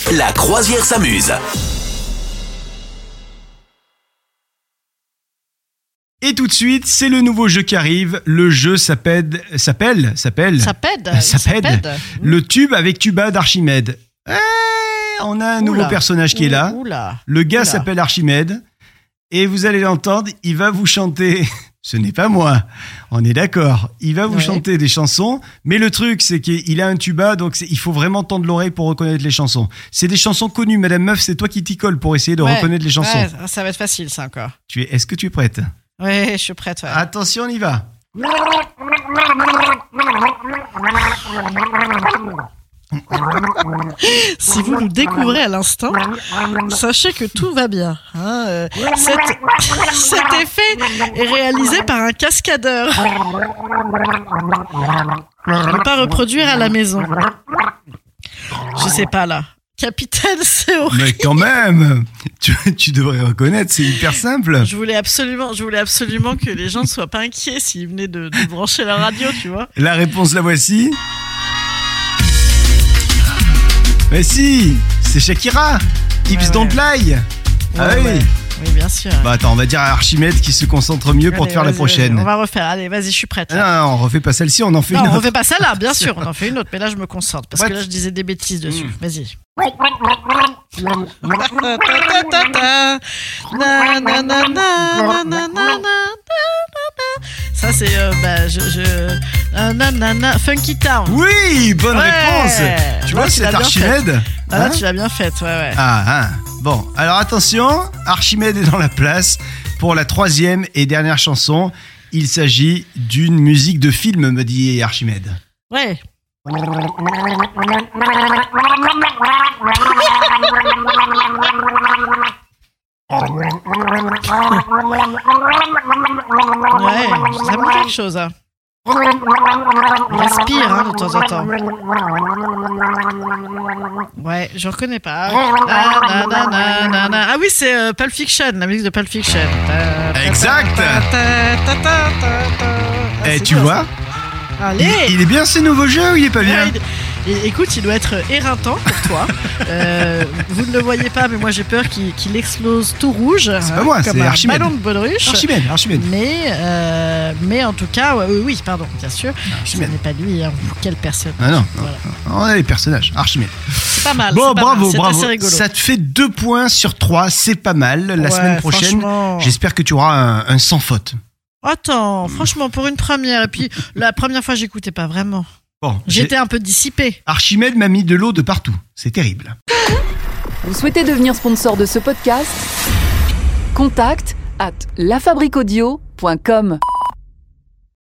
La croisière s'amuse. Et tout de suite, c'est le nouveau jeu qui arrive. Le jeu s'appelle le tube avec tuba d'Archimède. On a un nouveau personnage qui est là. Le gars s'appelle Archimède. Et vous allez l'entendre, il va vous chanter... Ce n'est pas moi, on est d'accord. Il va vous chanter des chansons, mais le truc, c'est qu'il a un tuba, donc il faut vraiment tendre l'oreille pour reconnaître les chansons. C'est des chansons connues, Madame Meuf, c'est toi qui t'y colle pour essayer de reconnaître les chansons. Ouais, ça va être facile, ça, encore. Est-ce que tu es prête ? Oui, je suis prête. Ouais. Attention, on y va. Si vous nous découvrez à l'instant, sachez que tout va bien. Cet effet est réalisé par un cascadeur. On ne peut pas reproduire à la maison. Je sais pas là. Capitaine, c'est horrible. Mais quand même, tu devrais reconnaître, c'est hyper simple. Je voulais absolument que les gens ne soient pas inquiets s'ils venaient de brancher la radio, tu vois. La réponse, la voici. Mais si, c'est Shakira. Hips Don't Lie. Oui, bien sûr. Bah attends, on va dire à Archimède qui se concentre mieux pour te faire la prochaine. On va refaire. Allez, vas-y, je suis prête. Non, on refait pas celle-ci, on en fait une autre. Non, on refait pas celle-là, bien sûr, on en fait une autre. Mais là, je me concentre parce que là, je disais des bêtises dessus. Vas-y. Ça, c'est Funky Town. Oui, bonne réponse. Tu vois, c'est Archimède. Là, tu l'as bien faite, ouais. Bon, alors attention, Archimède est dans la place pour la troisième et dernière chanson. Il s'agit d'une musique de film, me dit Archimède. Ouais. Ouais, ça me dit quelque chose, hein. Respire, de temps en temps. Ouais, je reconnais pas. Ah oui, c'est Pulp Fiction, la musique de Pulp Fiction. Exact. Et tu vois, allez. Il est bien ce nouveau jeu ou il est pas bien ? Écoute, il doit être éreintant pour toi. Vous ne le voyez pas, mais moi j'ai peur qu'il explose tout rouge. C'est pas moi, comme c'est un Archimède. ballon de baudruche. Archimède. Mais en tout cas, oui, pardon, bien sûr. Archimède. Ce n'est pas lui, hein. Quelle personne. Ah non, voilà. On a les personnages. Archimède. C'est pas mal. Bon, c'est pas bravo. mal. C'est assez rigolo. Ça te fait 2 points sur 3, c'est pas mal. La semaine prochaine, j'espère que tu auras un sans faute. Attends, franchement, pour une première. Et puis, la première fois, j'écoutais pas vraiment. Bon, j'étais un peu dissipé. Archimède m'a mis de l'eau de partout. C'est terrible. Vous souhaitez devenir sponsor de ce podcast ? Contact @lafabriquaudio.com